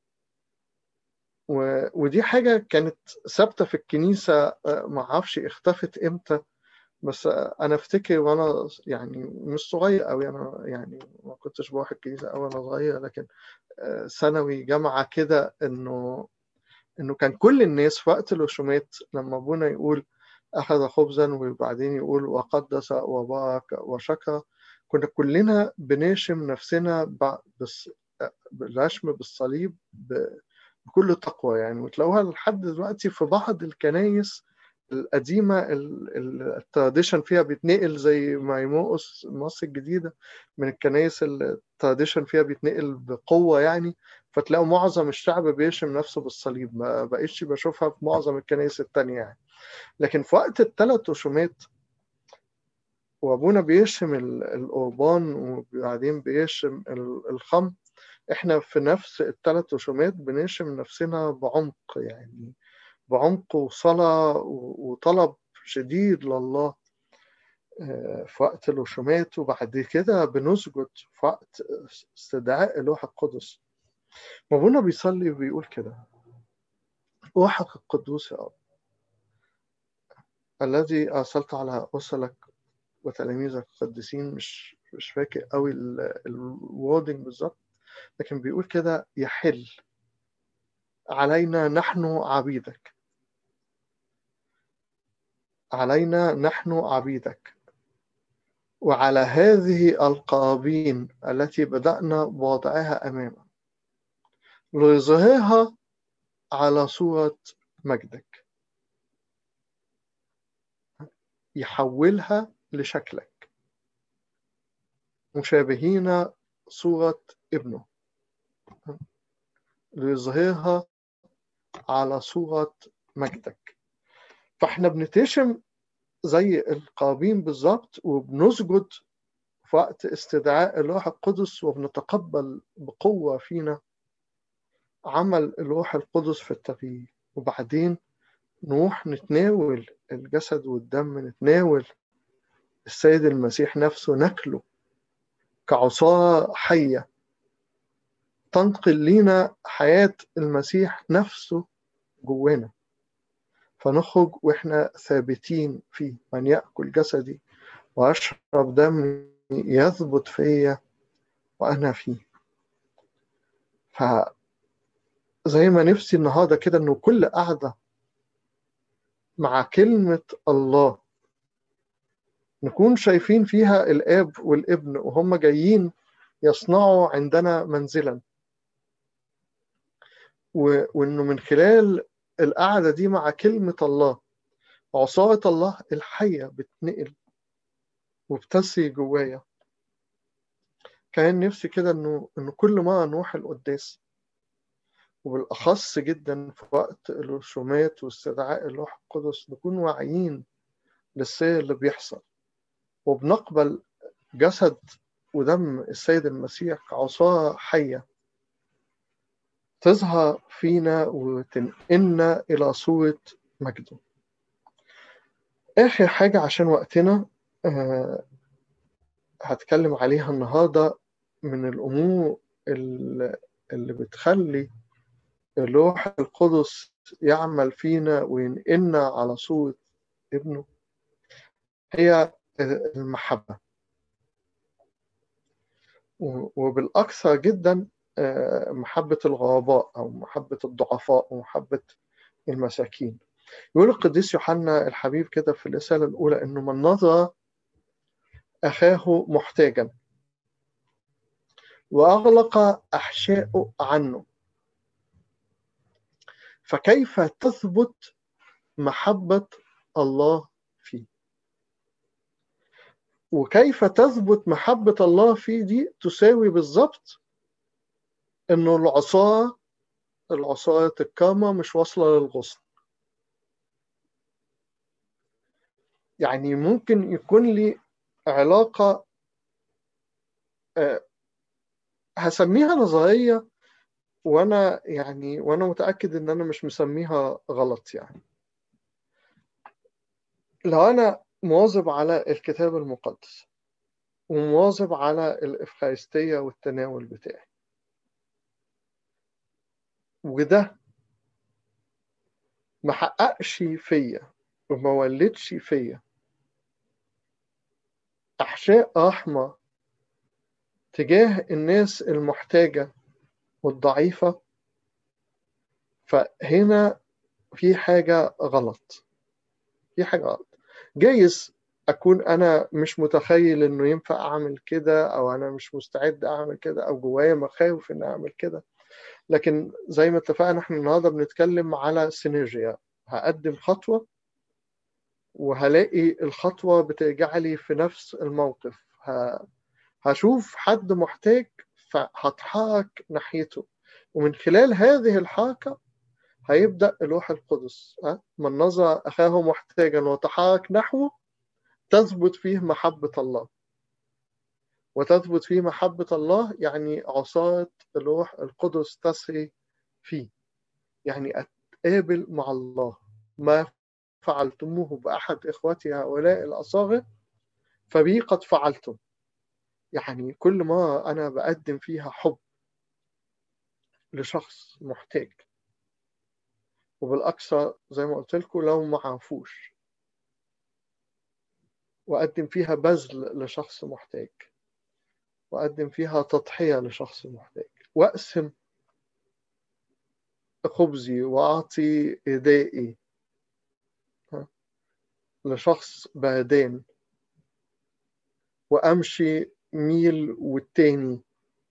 ودي حاجة كانت ثابتة في الكنيسة، ما اعرفش اختفت امتى. بس انا افتكر وانا يعني مش صغير قوي، انا يعني ما كنتش بروح الكنيسة أوي وانا صغير، لكن ثانوي جامعة كده، انه كان كل الناس في وقت الرسومات لما ابونا يقول اخذ خبزا وبعدين يقول وقدس وبارك وشكر، كنا كلنا بنرشم نفسنا بالرشم بالصليب بكل تقوى. يعني وتلاقوها لحد دلوقتي في بعض الكنايس القديمة، التراديشن فيها بيتنقل، زي مايموس مصر الجديدة، من الكنايس التراديشن فيها بيتنقل بقوة يعني. فتلاقوا معظم الشعب بيرشم نفسه بالصليب، ما بقيتش بشوفها في معظم الكنايس التانية يعني. لكن في وقت الثلاث رسومات وابونا بيرشم القربان وبعدين بيرشم الخمر، احنا في نفس الثلاث رسومات بنرشم نفسنا بعمق، يعني بعمق وصلاة وطلب شديد لله في وقت الرسومات. وبعد كده بنسجد في وقت استدعاء الروح القدس. وابونا بيصلي وبيقول كده: روحك القدوس يا رب الذي أرسلت على رسلك وتلاميذك القديسين، مش فاكر قوي الوردنج بالظبط، لكن بيقول كده: يحل علينا نحن عبيدك، علينا نحن عبيدك، وعلى هذه القرابين التي بدأنا بوضعها أمامك ليظهرها على صورة مجدك، يحولها لشكلك مشابهين صورة ابنه، ليظهرها على صورة مجدك. فاحنا بنتشم زي القرابين بالظبط، وبنسجد في وقت استدعاء الروح القدس، وبنتقبل بقوة فينا عمل الروح القدس في التغيير. وبعدين نروح نتناول الجسد والدم، نتناول السيد المسيح نفسه، ناكله كعصارة حية تنقل لنا حياة المسيح نفسه جوانا، فنخرج وإحنا ثابتين فيه. من يأكل جسدي وأشرب دمي يثبت فيا وأنا فيه. فزي ما نفسي النهاردة كده إنه كل قعدة مع كلمة الله، نكون شايفين فيها الآب والابن وهم جايين يصنعوا عندنا منزلا، وإنه من خلال القعدة دي مع كلمة الله عصاية الله الحية بتنقل وبتسري جوايا. كان نفسي كده إنه كل ما نروح القداس، وبالأخص جدا في وقت الرسومات واستدعاء الروح القدس، نكون واعيين للسير اللي بيحصل، وبنقبل جسد ودم السيد المسيح كعصاة حية تظهر فينا وتنقلنا إلى صورة مجده. آخر حاجة عشان وقتنا هتكلم عليها النهاردة، من الأمور اللي بتخلي الروح القدس يعمل فينا وينقلنا على صورة ابنه، هي المحبة، وبالأكثر جدا محبة الغرباء أو محبة الضعفاء ومحبة المساكين. يقول القديس يوحنا الحبيب كده في الرسالة الأولى إنه من نظر أخاه محتاجا وأغلق أحشاءه عنه، فكيف تثبت محبة الله فيه؟ وكيف تثبت محبة الله فيه دي تساوي بالظبط إنه العصاية الكامة مش واصلة للغصن. يعني ممكن يكون لي علاقة هسميها نظرية، وأنا متأكد إن أنا مش مسميها غلط. يعني لو أنا مواظب على الكتاب المقدس ومواظب على الإفخارستية والتناول بتاعي، وده ما حققش فيا وما ولدش فيا أحشاء رحمة تجاه الناس المحتاجة والضعيفة، فهنا في حاجة غلط. جايز أكون أنا مش متخيل إنه ينفع أعمل كده، أو أنا مش مستعد أعمل كده، أو جوايا مخاوف إن أعمل كده. لكن زي ما اتفقنا إحنا النهاردة بنتكلم على سينرجيا، هقدم خطوة وهلاقي الخطوة بترجع لي في نفس الموقف، هشوف حد محتاج فهتحرك ناحيته، ومن خلال هذه الحركة هيبدأ الروح القدس من نظر أخاه محتاجا وتحرك نحوه تثبت فيه محبة الله. وتثبت فيه محبة الله يعني عصاة الروح القدس تسري فيه، يعني أتقابل مع الله. ما فعلتموه بأحد إخوتي هؤلاء الأصاغر فبي قد فعلتم. يعني كل ما أنا بقدم فيها حب لشخص محتاج، وبالأكثر زي ما قلت لكم لو ما عرفوش، وأقدم فيها بذل لشخص محتاج، وأقدم فيها تضحية لشخص محتاج، وأقسم خبزي وأعطي إيدائي لشخص بهدان، وأمشي ميل والتاني،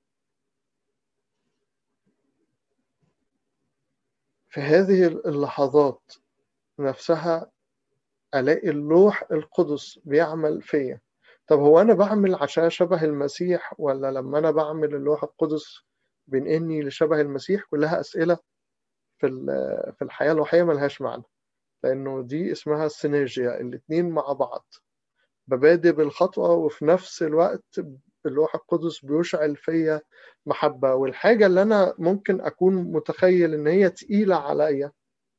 في هذه اللحظات نفسها ألاقي الروح القدس بيعمل فيا. طب هو أنا بعمل عشان شبه المسيح، ولا لما أنا بعمل الروح القدس بينقلني لشبه المسيح؟ كلها أسئلة في الحياة الروحية ملهاش معنى، لأنه دي اسمها السينرجيا، الاتنين مع بعض. ببادئ بالخطوة وفي نفس الوقت الروح القدس بيشعل فيا محبة. والحاجة اللي أنا ممكن أكون متخيل إن هي تقيلة عليا،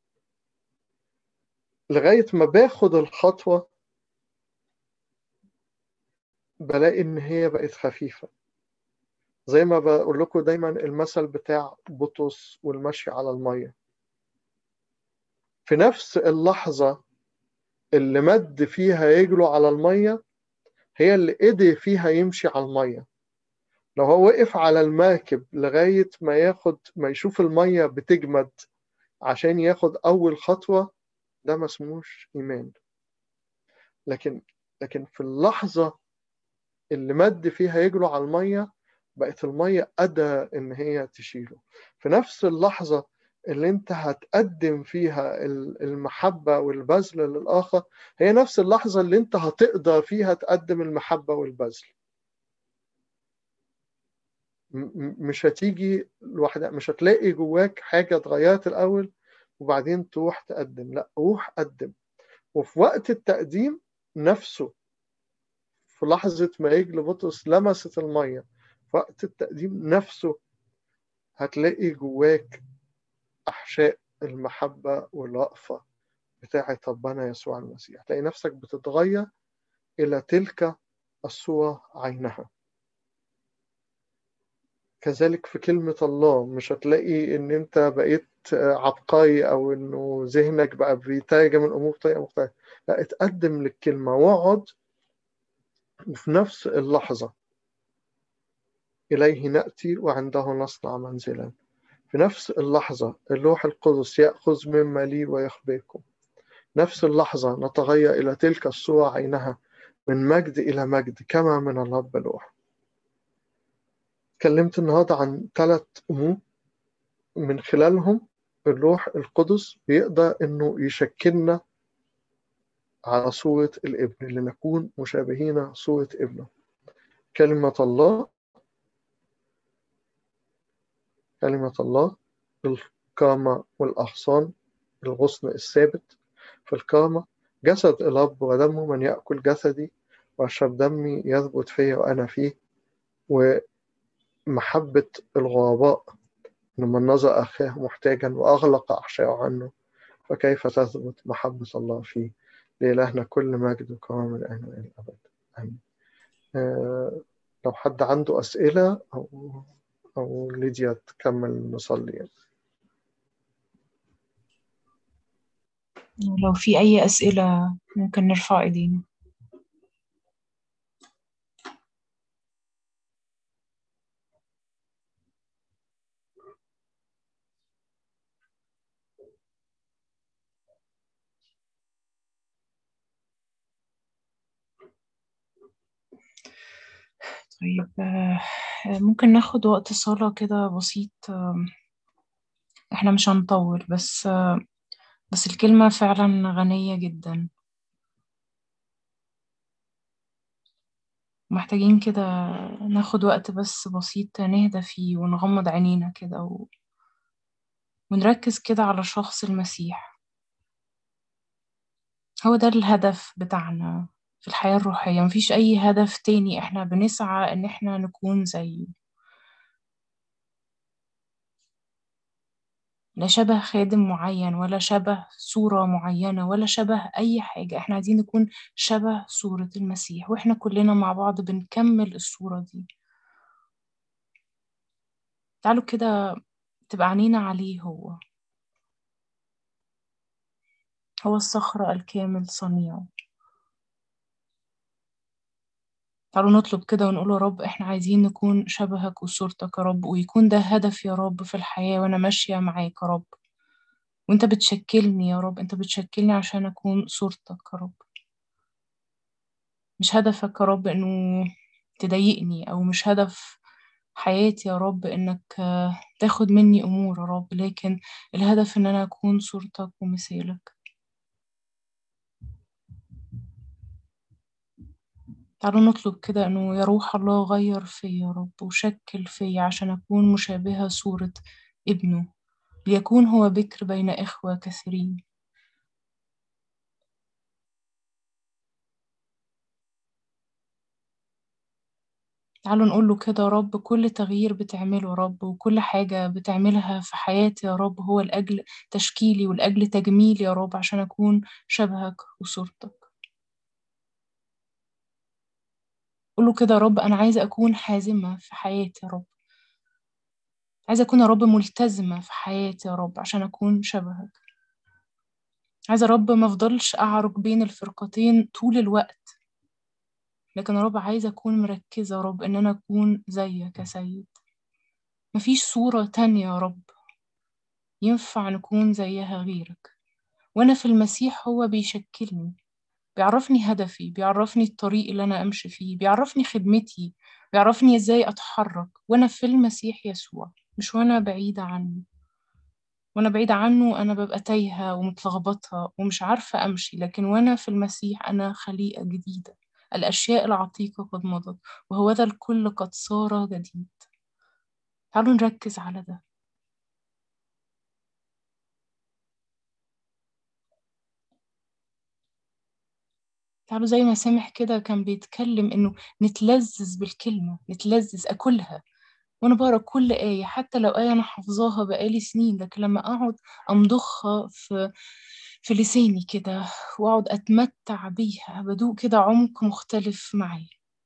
لغاية ما باخد الخطوة بلاقي إن هي بقت خفيفة. زي ما بقول لكم دايما المثل بتاع بطرس والمشي على المية، في نفس اللحظة اللي مد فيها رجله على المية هي اللي قدر فيها يمشي على المية. لو هو وقف على المركب لغاية ما يشوف المية بتجمد عشان ياخد أول خطوة، ده ما اسموش إيمان. لكن في اللحظة اللي مد فيها يجروا على المية، بقت المية قادرة إن هي تشيله. في نفس اللحظة اللي أنت هتقدم فيها المحبة والبذل للآخر، هي نفس اللحظة اللي أنت هتقدر فيها تقدم المحبة والبذل. مش هتيجي لوحدها، مش هتلاقي جواك حاجة اتغيرت الأول وبعدين تروح تقدم. لا، روح قدم. وفي وقت التقديم نفسه، في لحظة ما رجل بطرس لمست المية، في وقت التقديم نفسه هتلاقي جواك أحشاء المحبة والرأفة بتاعة ربنا يسوع المسيح. هتلاقي نفسك بتتغير إلى تلك الصورة عينها. كذلك في كلمة الله، مش هتلاقي إن أنت بقيت عبقري أو إنه ذهنك بقى بيترجم الأمور بطريقة مختلفة. لا، اتقدم للكلمة واقعد، وفي نفس اللحظة إليه نأتي وعنده نصنع منزلا. في نفس اللحظة الروح القدس يأخذ مما لي ويخبركم. نفس اللحظة نتغير إلى تلك الصورة عينها، من مجد إلى مجد كما من الرب الروح. اتكلمت النهاردة عن 3 أمور من خلالهم الروح القدس بيقدر إنه يشكلنا على صورة الابن، لنكون مشابهين صورة ابنه. كلمة الله، كلمة الله، الكرامة والأغصان، الغصن الثابت في الكرامة. جسد الرب ودمه، من يأكل جسدي ويشرب دمي يثبت فيه وأنا فيه. ومحبة الغرباء، إن من نظر أخاه محتاجا وأغلق أحشاءه عنه فكيف تثبت محبة الله فيه. لإلهنا كل مجد وكرامة الآن وإلى الأبد، آمين. لو حد عنده أسئلة أو ليديا تكمل نصلي يعني. لو في أي أسئلة ممكن نرفع إيدينا. طيب، ممكن ناخد وقت صلاة كده بسيط. احنا مش هنطول، بس الكلمة فعلا غنية جدا. محتاجين كده ناخد وقت بس بسيط نهدى فيه ونغمض عينينا كده ونركز كده على شخص المسيح. هو ده الهدف بتاعنا في الحياة الروحية. مفيش أي هدف تاني احنا بنسعى إن احنا نكون زيه. لا شبه خادم معين، ولا شبه صورة معينة، ولا شبه أي حاجة. احنا عايزين نكون شبه صورة المسيح، واحنا كلنا مع بعض بنكمل الصورة دي. تعالوا كده تبقى عينينا عليه. هو الصخرة الكامل صنيعه. تعالوا نطلب كده ونقول يا رب احنا عايزين نكون شبهك وصورتك يا رب، ويكون ده هدف يا رب في الحياة وانا ماشية معاك يا رب. وانت بتشكلني يا رب، انت بتشكلني عشان اكون صورتك يا رب. مش هدفك يا رب انه تضايقني، او مش هدف حياتي يا رب انك تاخد مني امور يا رب، لكن الهدف ان انا اكون صورتك ومثالك. تعالوا نطلب كده انه يا روح الله غير فيا يا رب، وشكل فيا عشان اكون مشابهة صورة ابنه، ليكون هو بكر بين إخوة كثيرين. تعالوا نقول له كده يا رب، كل تغيير بتعمله يا رب، وكل حاجة بتعملها في حياتي يا رب هو لأجل تشكيلي ولأجل تجميلي يا رب، عشان أكون شبهك وصورتك. قول له كده يا رب، أنا عايزة أكون حازمة في حياتي يا رب. عايزة أكون يا رب ملتزمة في حياتي يا رب عشان أكون شبهك. عايزة يا رب ما أفضلش أعرج بين الفرقتين طول الوقت، لكن يا رب عايزة أكون مركزة يا رب إن أنا أكون زيك يا سيد. مفيش صورة تانية يا رب ينفع نكون زيها غيرك. وأنا في المسيح هو بيشكلني، بيعرفني هدفي، بيعرفني الطريق اللي أنا أمشي فيه، بيعرفني خدمتي، بيعرفني إزاي أتحرك وأنا في المسيح يسوع، مش وأنا بعيدة عنه. وأنا بعيدة عنه أنا ببقى تايهة ومتلخبطة ومش عارفة أمشي، لكن وأنا في المسيح أنا خليقة جديدة، الأشياء العتيقة قد مضت وهوذا الكل قد صار جديد. تعالوا نركز على ده. تعالوا زي ما سامح كده كان بيتكلم إنه نتلذذ بالكلمة، نتلذذ أكلها. وأنا بقرأ كل آية، حتى لو آية أنا حافظاها بقالي سنين، لكن لما أقعد أمضخها في لساني كده وأقعد أتمتع بيها بدوق كده عمق مختلف معي.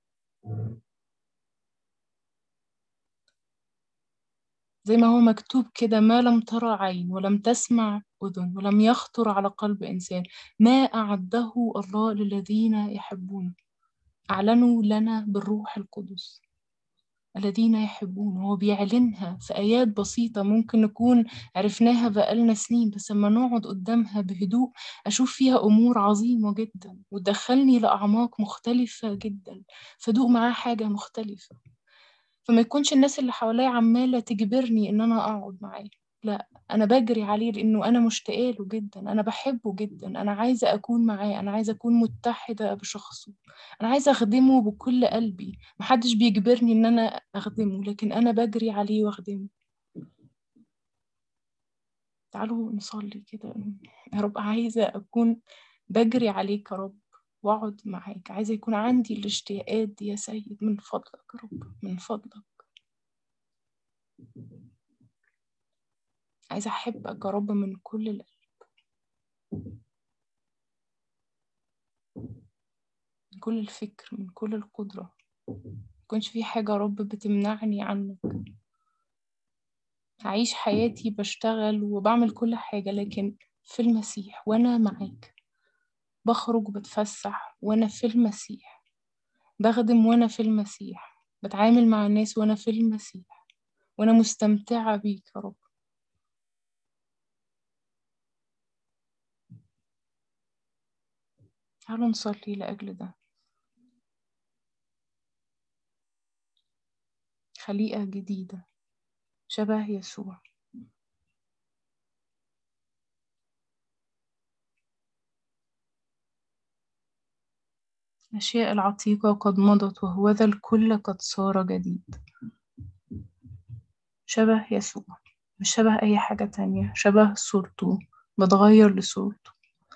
زي ما هو مكتوب كده: ما لم ترى عين ولم تسمع أذن ولم يخطر على قلب إنسان ما أعده الله للذين يحبونه. أعلنوا لنا بالروح القدس الذين يحبون. هو بيعلنها في آيات بسيطة ممكن نكون عرفناها بقالنا سنين، بس لما نقعد قدامها بهدوء أشوف فيها أمور عظيمة جدا وتدخلني لأعماق مختلفة جدا، فدوق معاه حاجة مختلفة. فما يكونش الناس اللي حواليا عمالة تجبرني إن أنا أقعد معاه، لا، أنا بجري عليه لأنه أنا مشتاقة له جدا، أنا بحبه جدا، أنا عايزة أكون معاه، أنا عايزة أكون متحدة بشخصه، أنا عايزة أخدمه بكل قلبي. محدش بيجبرني إن أنا أخدمه، لكن أنا بجري عليه وأخدمه. تعالوا نصلي كده. يا رب عايزة أكون بجري عليك يا رب وأقعد معاك، عايزة يكون عندي الاشتياقات دي يا سيد، من فضلك يا رب، من فضلك. عايزة أحبك يا رب من كل القلب، من كل الفكر، من كل القدرة. ميكونش في حاجة يا رب بتمنعني عنك. هعيش حياتي بشتغل وبعمل كل حاجة، لكن في المسيح وأنا معاك. بخرج وبتفسح وأنا في المسيح، بخدم وأنا في المسيح، بتعامل مع الناس وأنا في المسيح، وأنا مستمتعة بيك يا رب. تعالوا نصلي لأجل ده. خليقة جديدة شبه يسوع. الأشياء العتيقة قد مضت وهوذا الكل قد صار جديد. شبه يسوع، مش شبه أي حاجة تانية، شبه صورته، بتغير لصورته،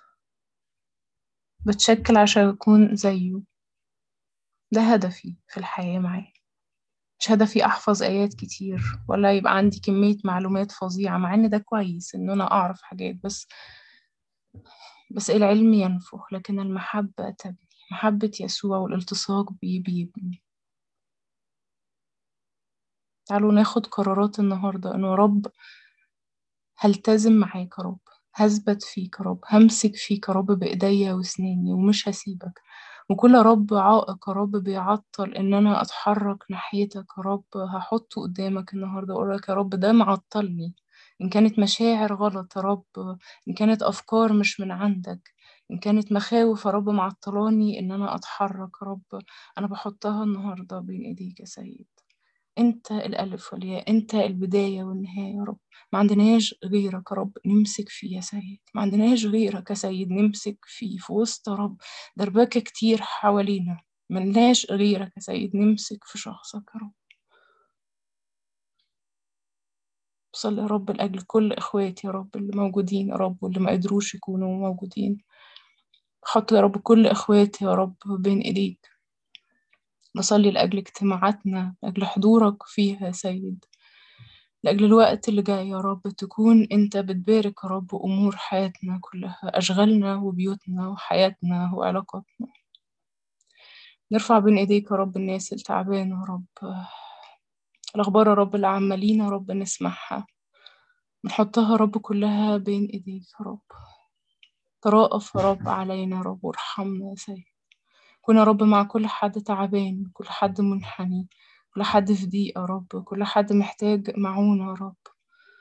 بتشكل عشان أكون زيه. ده هدفي في الحياة معاه. مش هدفي أحفظ آيات كتير ولا يبقى عندي كمية معلومات فظيعة، مع إن ده كويس إن أنا أعرف حاجات، بس العلم ينفخ لكن المحبة تبني. محبة يسوع والالتصاق بيه بيبني. تعالوا ناخد قرارات النهاردة إنه يا رب هلتزم معاك يا رب، هثبت فيك يا رب، همسك فيك يا رب بإيديا وسناني ومش هسيبك. وكل يا رب عائق يا رب بيعطل إن أنا أتحرك ناحيتك يا رب هحطه قدامك النهاردة وأقول لك يا رب ده معطلني. إن كانت مشاعر غلط يا رب، إن كانت أفكار مش من عندك، إن كانت مخاوف يا رب معطلاني إن أنا أتحرك يا رب، أنا بحطها النهاردة بين إيديك يا سيد. انت الالف والياء، انت البداية والنهاية يا رب. ما عندناش غيرك يا رب نمسك فيه يا سيد، ما عندناش غيرك يا سيد نمسك فيه في وسط يا رب دربكة كتير حوالينا. ملناش غيرك يا سيد نمسك في شخصك يا رب. صلي يا رب لأجل كل إخواتي يا رب اللي موجودين يا رب واللي ما قدروش يكونوا موجودين. حط يا رب كل إخواتي يا رب بين إيديك. بصلي لأجل اجتماعاتنا، لأجل حضورك فيها يا سيد، لأجل الوقت اللي جاي يا رب تكون أنت بتبارك يا رب أمور حياتنا كلها، أشغالنا وبيوتنا وحياتنا وعلاقاتنا. نرفع بين إيديك يا رب الناس التعبانة يا رب، الأخبار يا رب اللي عمالين يا رب نسمعها، نحطها يا رب كلها بين إيديك يا رب. تراءف يا رب علينا يا رب وارحمنا يا سيد. كن يا رب مع كل حد تعبان، كل حد منحني، كل حد في ضيق يا رب، كل حد محتاج معونة يا رب.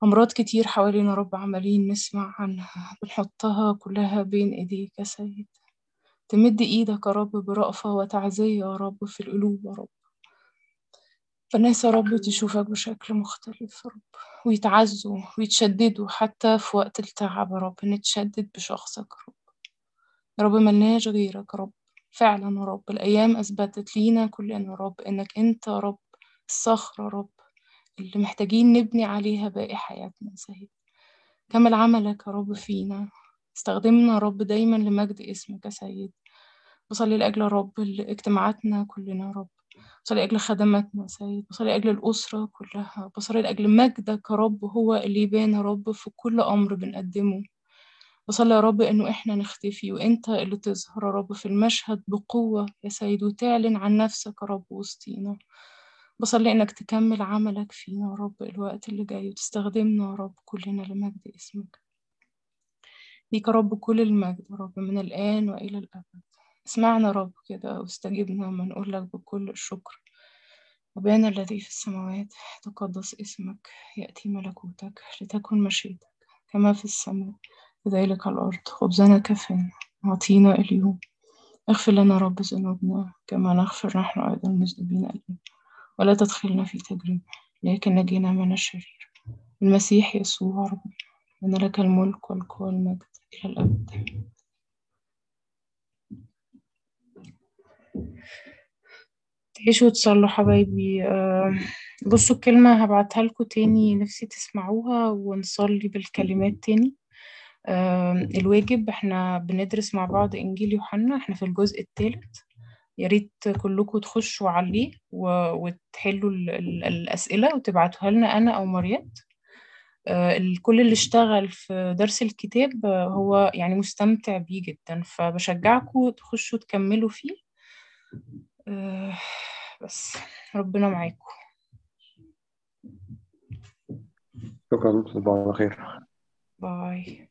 أمراض كتير حوالينا يا رب عمالين نسمع عنها، بنحطها كلها بين إيديك يا سيد. تمد إيدك يا رب برأفة وتعزية يا رب في القلوب يا رب، فالناس يا رب تشوفك بشكل مختلف يا رب، ويتعزوا ويتشددوا حتى في وقت التعب يا رب، نتشدد بشخصك يا رب. يا رب ملناش غيرك يا رب، فعلا يا رب الأيام أثبتت لينا كلنا يا رب إنك أنت يا رب الصخرة يا رب اللي محتاجين نبني عليها باقي حياتنا يا سيد. كمل عملك يا رب فينا، استخدمنا يا رب دايما لمجد اسمك يا سيد. بصلي لأجل يا رب اجتماعاتنا كلنا يا رب، بصلي لأجل خدماتنا يا سيد، بصلي لأجل الأسرة كلها، بصلي لأجل مجدك يا رب هو اللي يبان يا رب في كل أمر بنقدمه. بصلي يا رب إنه إحنا نختفي وإنت اللي تظهر يا رب في المشهد بقوة يا سيد، وتعلن عن نفسك يا رب وسطينا. بصلي إنك تكمل عملك فينا يا رب الوقت اللي جاي، وتستخدمنا يا رب كلنا لمجد اسمك. ليك يا رب كل المجد يا رب من الآن وإلى الأبد. اسمعنا يا رب كده واستجبنا ما نقول لك بكل الشكر. أبانا الذي في السماوات، تقدس اسمك، يأتي ملكوتك، لتكن مشيئتك كما في السماء كذلك على الأرض. خبزنا كفانا أعطينا اليوم، اغفر لنا رب ذنوبنا كما نغفر نحن أيضا المذنبين إلينا، ولا تدخلنا في تجربة لكن نجينا من الشرير. المسيح يسوع رب، إن لك الملك والقوة والمجد إلى الأبد. تعيشوا وتصلوا حبايبي. بصوا الكلمة هبعتها لكم تاني، نفسي تسمعوها ونصلي بالكلمات تاني. الواجب احنا بندرس مع بعض إنجيل يوحنا، احنا في الجزء الثالث. يا ريت كلكم تخشوا عليه وتحلوا الأسئلة وتبعتوها لنا أنا أو مريت. الكل اللي اشتغل في درس الكتاب هو يعني مستمتع بيه جدا، فبشجعكم تخشوا تكملوا فيه. بس ربنا معاكم. شكرا، تصبحوا على خير. باي.